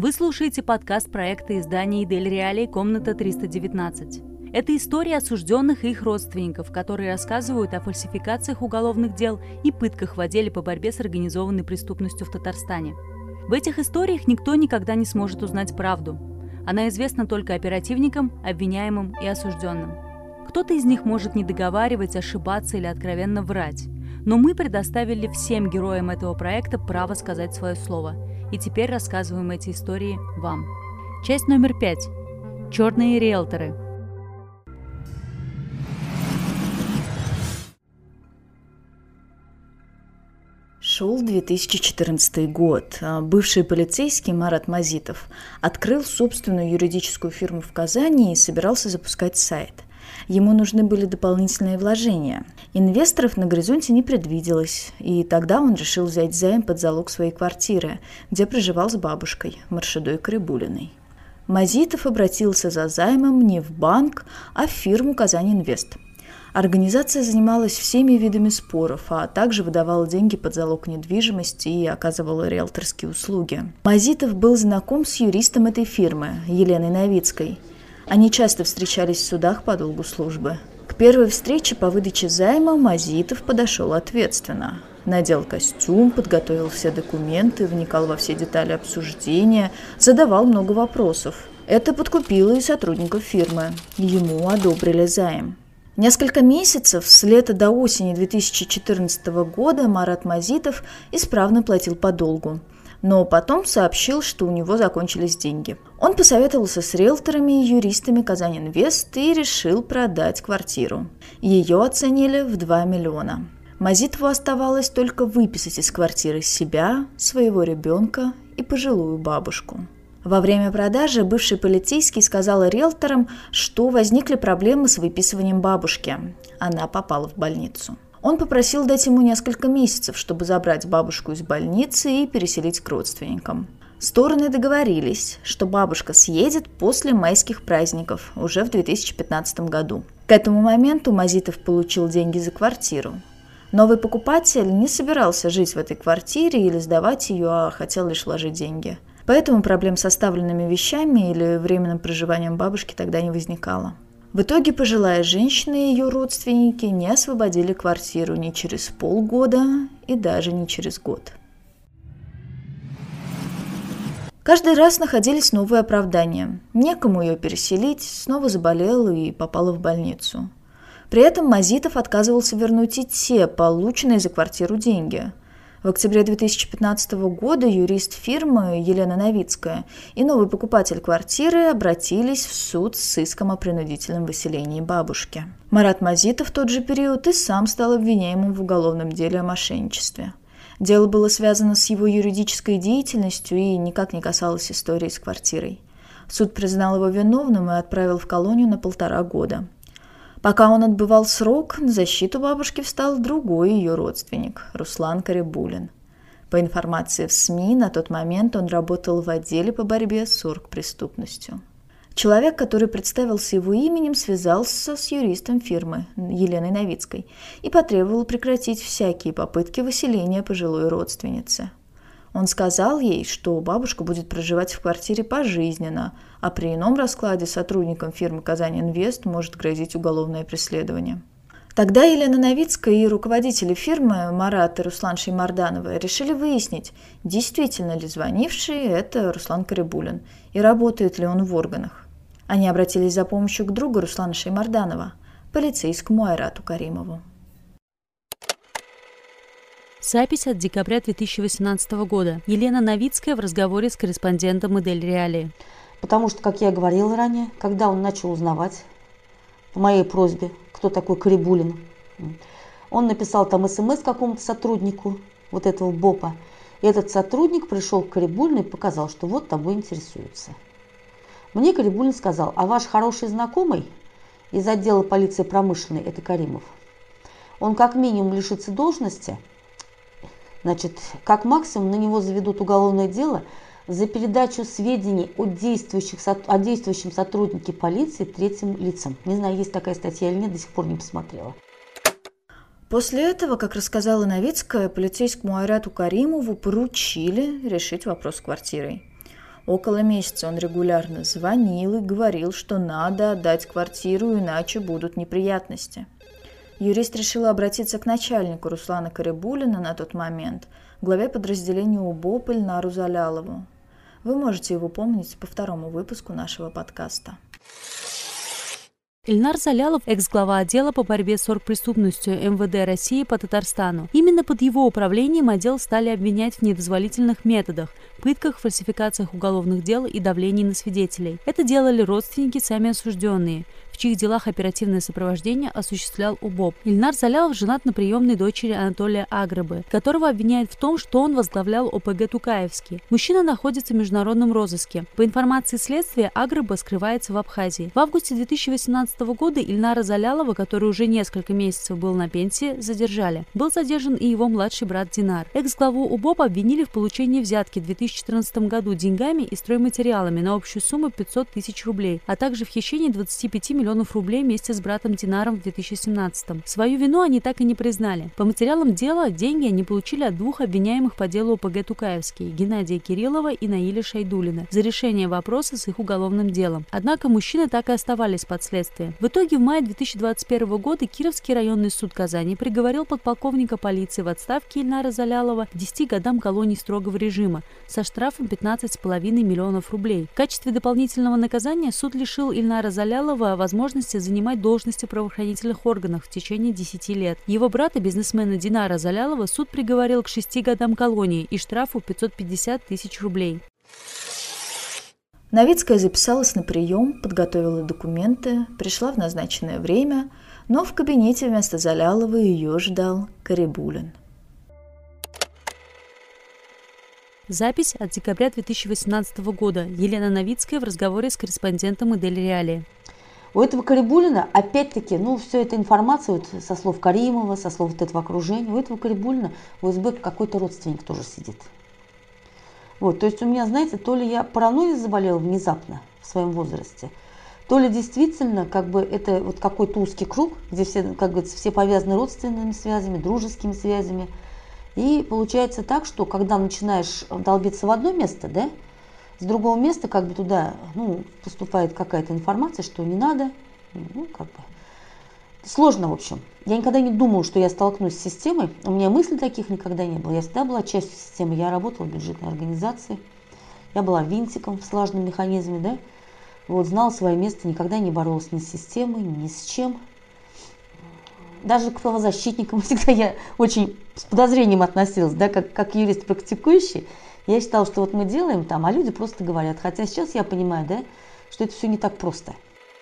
Вы слушаете подкаст проекта издания «Дель Реалии. Комната 319». Это истории осужденных и их родственников, которые рассказывают о фальсификациях уголовных дел и пытках в отделе по борьбе с организованной преступностью в Татарстане. В этих историях никто никогда не сможет узнать правду. Она известна только оперативникам, обвиняемым и осужденным. Кто-то из них может не договаривать, ошибаться или откровенно врать. Но мы предоставили всем героям этого проекта право сказать свое слово. И теперь рассказываем эти истории вам. Часть номер 5. Черные риэлторы. Шел 2014 год. Бывший полицейский Марат Мазитов открыл собственную юридическую фирму в Казани и собирался запускать сайт. Ему нужны были дополнительные вложения. Инвесторов на горизонте не предвиделось, и тогда он решил взять займ под залог своей квартиры, где проживал с бабушкой, Маршидой Карибулиной. Мазитов обратился за займом не в банк, а в фирму «Казань-Инвест». Организация занималась всеми видами споров, а также выдавала деньги под залог недвижимости и оказывала риэлторские услуги. Мазитов был знаком с юристом этой фирмы, Еленой Новицкой. Они часто встречались в судах по долгу службы. К первой встрече по выдаче займа Мазитов подошел ответственно. Надел костюм, подготовил все документы, вникал во все детали обсуждения, задавал много вопросов. Это подкупило и сотрудников фирмы. Ему одобрили займ. Несколько месяцев, с лета до осени 2014 года, Марат Мазитов исправно платил по долгу. Но потом сообщил, что у него закончились деньги. Он посоветовался с риэлторами и юристами «Казань-Инвест» и решил продать квартиру. Ее оценили в 2 миллиона. Мазитову оставалось только выписать из квартиры себя, своего ребенка и пожилую бабушку. Во время продажи бывший полицейский сказал риэлторам, что возникли проблемы с выписыванием бабушки. Она попала в больницу. Он попросил дать ему несколько месяцев, чтобы забрать бабушку из больницы и переселить к родственникам. Стороны договорились, что бабушка съедет после майских праздников, уже в 2015 году. К этому моменту Мазитов получил деньги за квартиру. Новый покупатель не собирался жить в этой квартире или сдавать ее, а хотел лишь вложить деньги. Поэтому проблем с оставленными вещами или временным проживанием бабушки тогда не возникало. В итоге пожилая женщина и ее родственники не освободили квартиру ни через полгода и даже не через год. Каждый раз находились новые оправдания. Некому ее переселить, снова заболела и попала в больницу. При этом Мазитов отказывался вернуть и те полученные за квартиру деньги. В октябре 2015 года юрист фирмы Елена Новицкая и новый покупатель квартиры обратились в суд с иском о принудительном выселении бабушки. Марат Мазитов в тот же период и сам стал обвиняемым в уголовном деле о мошенничестве. Дело было связано с его юридической деятельностью и никак не касалось истории с квартирой. Суд признал его виновным и отправил в колонию на 1,5 года. Пока он отбывал срок, на защиту бабушки встал другой ее родственник – Руслан Карибулин. По информации в СМИ, на тот момент он работал в отделе по борьбе с оргпреступностью. Человек, который представился его именем, связался с юристом фирмы Еленой Новицкой и потребовал прекратить всякие попытки выселения пожилой родственницы. Он сказал ей, что бабушка будет проживать в квартире пожизненно, а при ином раскладе сотрудникам фирмы «Казань-Инвест» может грозить уголовное преследование. Тогда Елена Новицкая и руководители фирмы Марат и Руслан Шеймардановы решили выяснить, действительно ли звонивший – это Руслан Карибулин и работает ли он в органах. Они обратились за помощью к другу Руслана Шеймарданова, полицейскому Айрату Каримову. Запись от декабря 2018 года. Елена Новицкая в разговоре с корреспондентом «Дель Реалии». Потому что, как я говорила ранее, когда он начал узнавать по моей просьбе, кто такой Карибулин, он написал там СМС какому-то сотруднику вот этого БОПа. И этот сотрудник пришел к Карибулину и показал, что вот тобой интересуется. Мне Карибулин сказал: а ваш хороший знакомый из отдела полиции промышленной, это Каримов, он как минимум лишится должности, значит, как максимум на него заведут уголовное дело за передачу сведений о действующем сотруднике полиции третьим лицам. Не знаю, есть такая статья или нет, до сих пор не посмотрела. После этого, как рассказала Новицкая, полицейскому Айрату Каримову поручили решить вопрос с квартирой. Около месяца он регулярно звонил и говорил, что надо отдать квартиру, иначе будут неприятности. Юрист решил обратиться к начальнику Руслана Карибулина на тот момент, главе подразделения УБОП Ильнару Залялову. Вы можете его помнить по 2-му выпуску нашего подкаста. Ильнар Залялов – экс-глава отдела по борьбе с оргпреступностью МВД России по Татарстану. Именно под его управлением отдел стали обвинять в недозволительных методах, пытках, фальсификациях уголовных дел и давлении на свидетелей. Это делали родственники, сами осужденные, в чьих делах оперативное сопровождение осуществлял УБОП. Ильнар Залялов женат на приемной дочери Анатолия Агрыбы, которого обвиняют в том, что он возглавлял ОПГ Тукаевский. Мужчина находится в международном розыске. По информации следствия, Агрыба скрывается в Абхазии. В августе 2018 года Ильнара Залялова, который уже несколько месяцев был на пенсии, задержали. Был задержан и его младший брат Динар. Экс-главу УБОП обвинили в получении взятки в 2014 году деньгами и стройматериалами на общую сумму 500 тысяч рублей, а также в хищении 25 миллионов рублей вместе с братом Динаром в 2017. Свою вину они так и не признали. По материалам дела деньги они получили от 2 обвиняемых по делу ОПГ Тукаевский – Геннадия Кириллова и Наиля Шайдуллина за решение вопроса с их уголовным делом. Однако мужчины так и оставались под следствием. В итоге в мае 2021 года Кировский районный суд Казани приговорил подполковника полиции в отставке Ильнара Залялова к 10 годам колонии строгого режима со штрафом 15,5 миллионов рублей. В качестве дополнительного наказания суд лишил Ильнара Залялова возможности занимать должности в правоохранительных органах в течение 10 лет. Его брата, бизнесмена Динара Залялова, суд приговорил к 6 годам колонии и штрафу 550 тысяч рублей. Новицкая записалась на прием, подготовила документы, пришла в назначенное время, но в кабинете вместо Залялова ее ждал Карибулин. Запись от декабря 2018 года. Елена Новицкая в разговоре с корреспондентом «Дель Реалии». У этого Карибулина, опять-таки, все эта информация вот, со слов Каримова, со слов вот этого окружения, у этого Карибулина в УСБ какой-то родственник тоже сидит. Вот, то есть у меня, знаете, то ли я паранойей заболела внезапно в своем возрасте, то ли действительно это вот какой-то узкий круг, где все, как говорится, все повязаны родственными связями, дружескими связями. И получается так, что когда начинаешь долбиться в одно место, да, с другого места туда поступает какая-то информация, что не надо, сложно, в общем. Я никогда не думала, что я столкнусь с системой. У меня мыслей таких никогда не было. Я всегда была частью системы. Я работала в бюджетной организации. Я была винтиком в слаженном механизме, да. Вот, знала свое место, никогда не боролась ни с системой, ни с чем. Даже к правозащитникам всегда я очень с подозрением относилась, да, как юрист практикующий. Я считала, что вот мы делаем там, а люди просто говорят. Хотя сейчас я понимаю, да, что это все не так просто.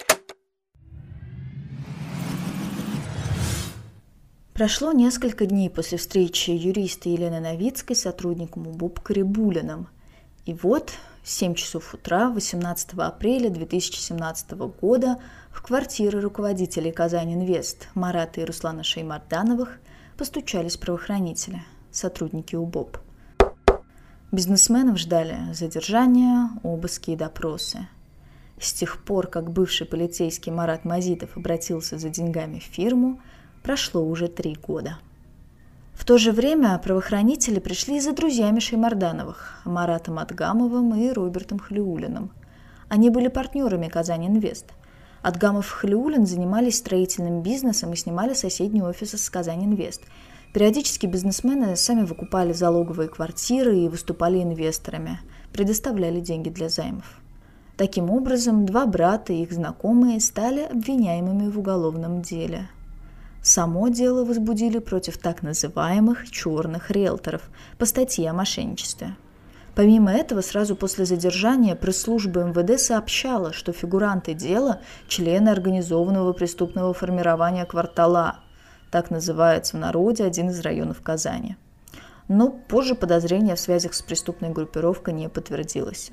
Прошло несколько дней после встречи юриста Елены Новицкой с сотрудником УБОП Карибулиным. И вот в 7 часов утра 18 апреля 2017 года в квартиры руководителей Казань-Инвест Марата и Руслана Шеймардановых постучались правоохранители, сотрудники УБОП. Бизнесменов ждали задержания, обыски и допросы. С тех пор, как бывший полицейский Марат Мазитов обратился за деньгами в фирму, прошло уже 3 года. В то же время правоохранители пришли за друзьями Шеймардановых, Маратом Атгамовым и Робертом Халиуллиным. Они были партнерами Казань-Инвест. Атгамов и Халиуллин занимались строительным бизнесом и снимали соседний офис с Казань-Инвест. Периодически бизнесмены сами выкупали залоговые квартиры и выступали инвесторами, предоставляли деньги для займов. Таким образом, 2 брата и их знакомые стали обвиняемыми в уголовном деле. Само дело возбудили против так называемых «черных риэлторов» по статье о мошенничестве. Помимо этого, сразу после задержания пресс-служба МВД сообщала, что фигуранты дела – члены организованного преступного формирования «Квартала», так называется в народе один из районов Казани. Но позже подозрение в связях с преступной группировкой не подтвердилось.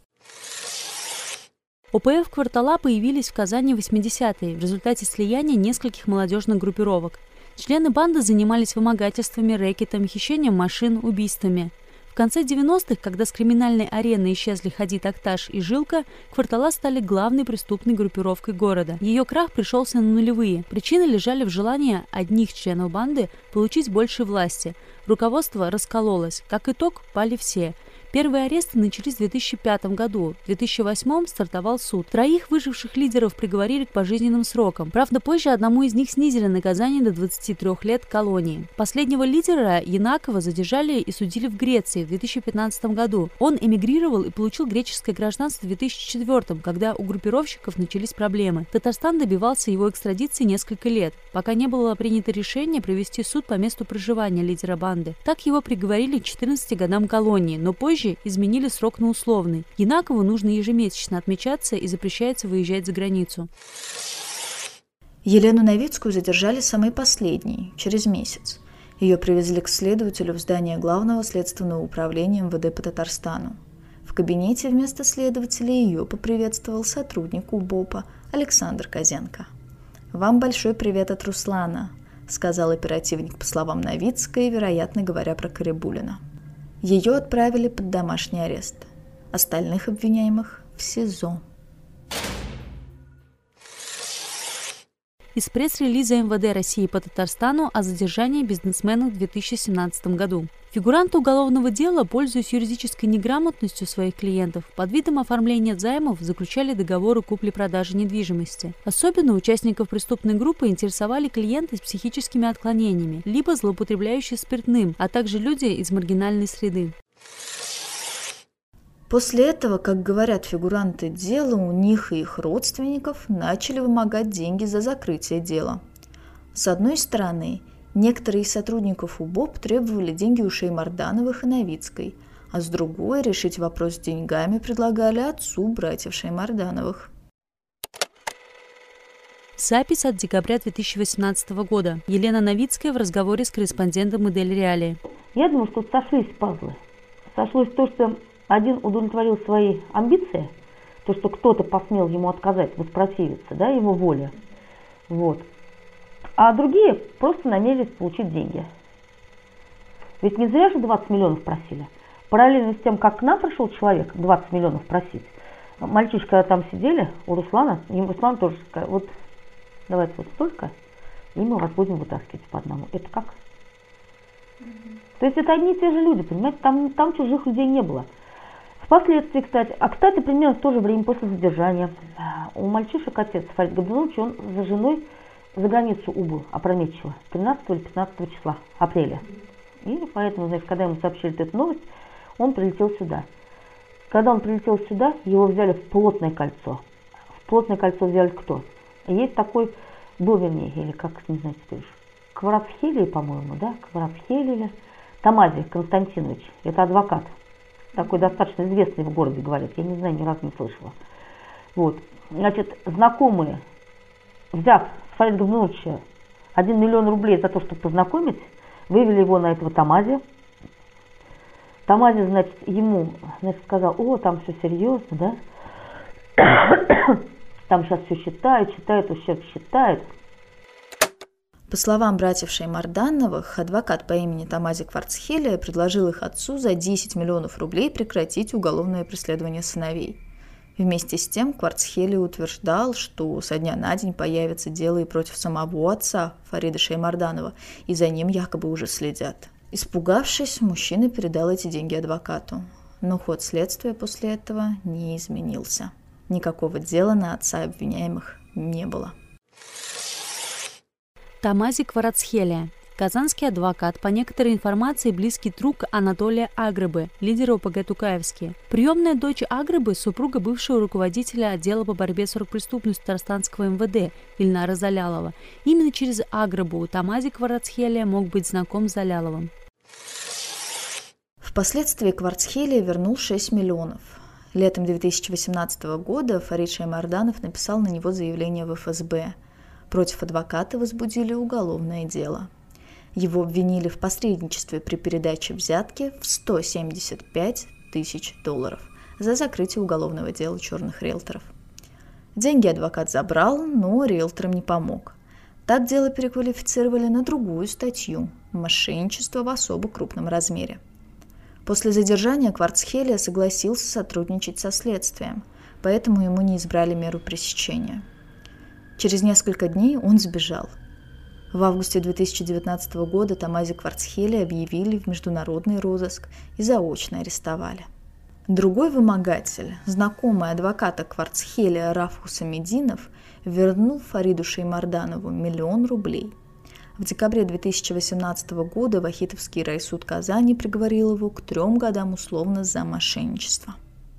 ОПФ «Квартала» появились в Казани в 80-е в результате слияния нескольких молодежных группировок. Члены банды занимались вымогательствами, рэкетом, хищением машин, убийствами. В конце 90-х, когда с криминальной арены исчезли Хади Такташ и Жилка, «Квартала» стали главной преступной группировкой города. Ее крах пришелся на нулевые. Причины лежали в желании одних членов банды получить больше власти. Руководство раскололось. Как итог, пали все. Первые аресты начались в 2005 году. В 2008 стартовал суд. 3 выживших лидеров приговорили к пожизненным срокам. Правда, позже одному из них снизили наказание до 23 лет колонии. Последнего лидера, Янакова, задержали и судили в Греции в 2015 году. Он эмигрировал и получил греческое гражданство в 2004, когда у группировщиков начались проблемы. Татарстан добивался его экстрадиции несколько лет, пока не было принято решение провести суд по месту проживания лидера банды. Так его приговорили к 14 годам колонии, но позже изменили срок на условный. Янакову нужно ежемесячно отмечаться и запрещается выезжать за границу. Елену Новицкую задержали самой последней, через месяц. Ее привезли к следователю в здание Главного следственного управления МВД по Татарстану. В кабинете вместо следователя ее поприветствовал сотрудник УБОПа Александр Козенко. «Вам большой привет от Руслана», — сказал оперативник по словам Новицкой, вероятно, говоря про Карибулина. Ее отправили под домашний арест. Остальных обвиняемых в СИЗО. Из пресс-релиза МВД России по Татарстану о задержании бизнесмена в 2017 году. Фигуранты уголовного дела, пользуясь юридической неграмотностью своих клиентов, под видом оформления займов заключали договоры купли-продажи недвижимости. Особенно участников преступной группы интересовали клиенты с психическими отклонениями, либо злоупотребляющие спиртным, а также люди из маргинальной среды. После этого, как говорят фигуранты дела, у них и их родственников начали вымогать деньги за закрытие дела. С одной стороны, некоторые из сотрудников УБОП требовали деньги у Шеймардановых и Новицкой, а с другой решить вопрос с деньгами предлагали отцу братьев Шеймардановых. Запись от декабря 2018 года. Елена Новицкая в разговоре с корреспондентом Дель Реали. Я думаю, что сошлись пазлы. Сошлось то, что один удовлетворил свои амбиции, то, что кто-то посмел ему отказать, воспротивиться, да, его воле. Вот. А другие просто намерились получить деньги. Ведь не зря же 20 миллионов просили. Параллельно с тем, как к нам пришел человек 20 миллионов просить, мальчишки, когда там сидели, у Руслана, им Руслан тоже сказал, вот давайте вот столько, и мы вас будем вытаскивать по одному. Это как? То есть это одни и те же люди, понимаете, там чужих людей не было. Впоследствии, кстати, примерно в то же время после задержания, у мальчишек отец Фарид Габдулович, он за женой за границу убыл опрометчиво 13 или 15 числа апреля. И поэтому, значит, когда ему сообщили эту новость, он прилетел сюда. Когда он прилетел сюда, его взяли в плотное кольцо. В плотное кольцо взяли кто? Есть такой, был вернее, или как, не знаю теперь уж, Кварацхелия, по-моему, да, Кварацхелия, Тамази Константинович, это адвокат. Такой достаточно известный в городе, говорят, я не знаю, ни разу не слышала. Вот, значит, знакомые, взяв с Фарида Габдуловича 1 миллион рублей за то, чтобы познакомить, вывели его на этого Тамази. Тамази, значит, ему, значит, сказал, о, там все серьезно, да, там сейчас все считают, ущерб считают. По словам братьев Шеймардановых, адвокат по имени Тамази Кварцхелия предложил их отцу за 10 миллионов рублей прекратить уголовное преследование сыновей. Вместе с тем Кварцхелия утверждал, что со дня на день появится дело и против самого отца Фарида Шеймарданова, и за ним якобы уже следят. Испугавшись, мужчина передал эти деньги адвокату. Но ход следствия после этого не изменился. Никакого дела на отца обвиняемых не было. Тамази Кварацхелия. Казанский адвокат, по некоторой информации близкий друг Анатолия Агрыбы, лидера ОПГ «Тукаевские». Приемная дочь Агрыбы – супруга бывшего руководителя отдела по борьбе с оргпреступностью Татарстанского МВД Ильнара Залялова. Именно через Агрыбу Тамази Кварацхелия мог быть знаком с Заляловым. Впоследствии Кварцхелия вернул 6 миллионов. Летом 2018 года Фарид Шеймарданов написал на него заявление в ФСБ. Против адвоката возбудили уголовное дело. Его обвинили в посредничестве при передаче взятки в $175 тысяч за закрытие уголовного дела черных риэлторов. Деньги адвокат забрал, но риэлторам не помог. Так дело переквалифицировали на другую статью – мошенничество в особо крупном размере. После задержания Кварцхелия согласился сотрудничать со следствием, поэтому ему не избрали меру пресечения. Через несколько дней он сбежал. В августе 2019 года Тамази Кварцхелия объявили в международный розыск и заочно арестовали. Другой вымогатель, знакомый адвоката Кварцхеля Раф Хусамединов, вернул Фариду Шеймарданову 1 000 000 рублей. В декабре 2018 года Вахитовский райсуд Казани приговорил его к 3 годам условно за мошенничество.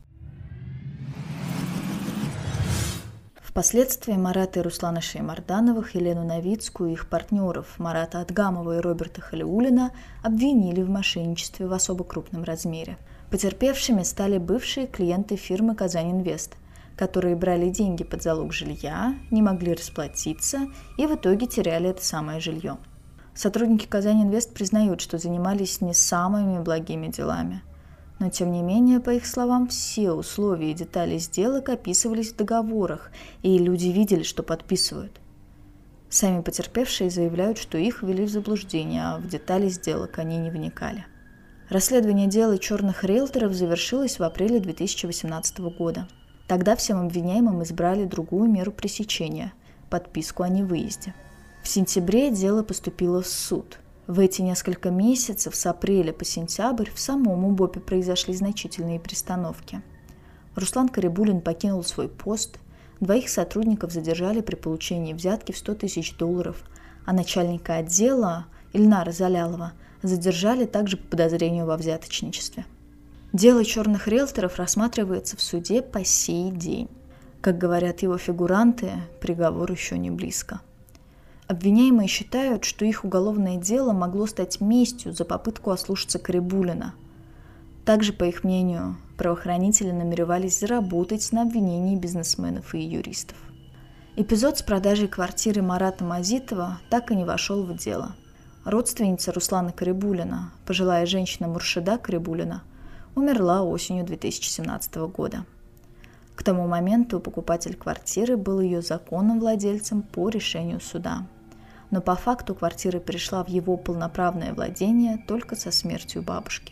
Впоследствии Марата и Руслана Шеймардановых, Елену Новицкую и их партнеров Марата Адгамова и Роберта Халиуллина обвинили в мошенничестве в особо крупном размере. Потерпевшими стали бывшие клиенты фирмы «Казань-Инвест», которые брали деньги под залог жилья, не могли расплатиться и в итоге теряли это самое жилье. Сотрудники «Казань-Инвест» признают, что занимались не самыми благими делами. Но, тем не менее, по их словам, все условия и детали сделок описывались в договорах, и люди видели, что подписывают. Сами потерпевшие заявляют, что их ввели в заблуждение, а в детали сделок они не вникали. Расследование дела черных риэлторов завершилось в апреле 2018 года. Тогда всем обвиняемым избрали другую меру пресечения – подписку о невыезде. В сентябре дело поступило в суд. В эти несколько месяцев с апреля по сентябрь в самом УБОПе произошли значительные перестановки. Руслан Карибулин покинул свой пост, 2 сотрудников задержали при получении взятки в $100 000, а начальника отдела Ильнара Залялова задержали также по подозрению во взяточничестве. Дело черных риэлторов рассматривается в суде по сей день. Как говорят его фигуранты, приговор еще не близко. Обвиняемые считают, что их уголовное дело могло стать местью за попытку ослушаться Карибулина. Также, по их мнению, правоохранители намеревались заработать на обвинении бизнесменов и юристов. Эпизод с продажей квартиры Марата Мазитова так и не вошел в дело. Родственница Руслана Карибулина, пожилая женщина Муршида Карибулина, умерла осенью 2017 года. К тому моменту покупатель квартиры был ее законным владельцем по решению суда. Но по факту квартира перешла в его полноправное владение только со смертью бабушки.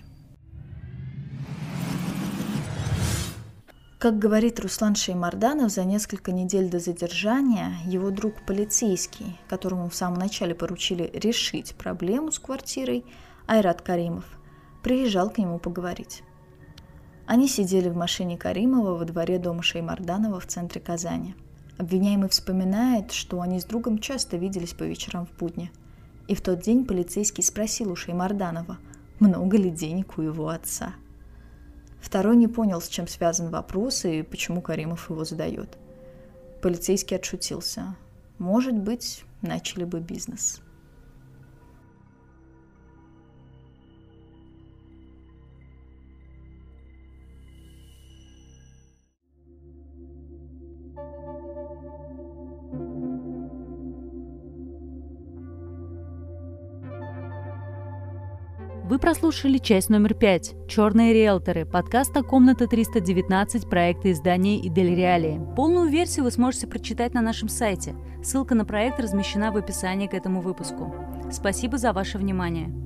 Как говорит Руслан Шеймарданов, за несколько недель до задержания его друг полицейский, которому в самом начале поручили решить проблему с квартирой, Айрат Каримов, приезжал к нему поговорить. Они сидели в машине Каримова во дворе дома Шеймарданова в центре Казани. Обвиняемый вспоминает, что они с другом часто виделись по вечерам в будни. И в тот день полицейский спросил у Шеймарданова, много ли денег у его отца. Второй не понял, с чем связан вопрос и почему Каримов его задает. Полицейский отшутился. Может быть, начали бы бизнес. Вы прослушали часть номер 5 «Черные риэлторы» подкаста «Комната 319» проекта издания «Идель Реалии». Полную версию вы сможете прочитать на нашем сайте. Ссылка на проект размещена в описании к этому выпуску. Спасибо за ваше внимание.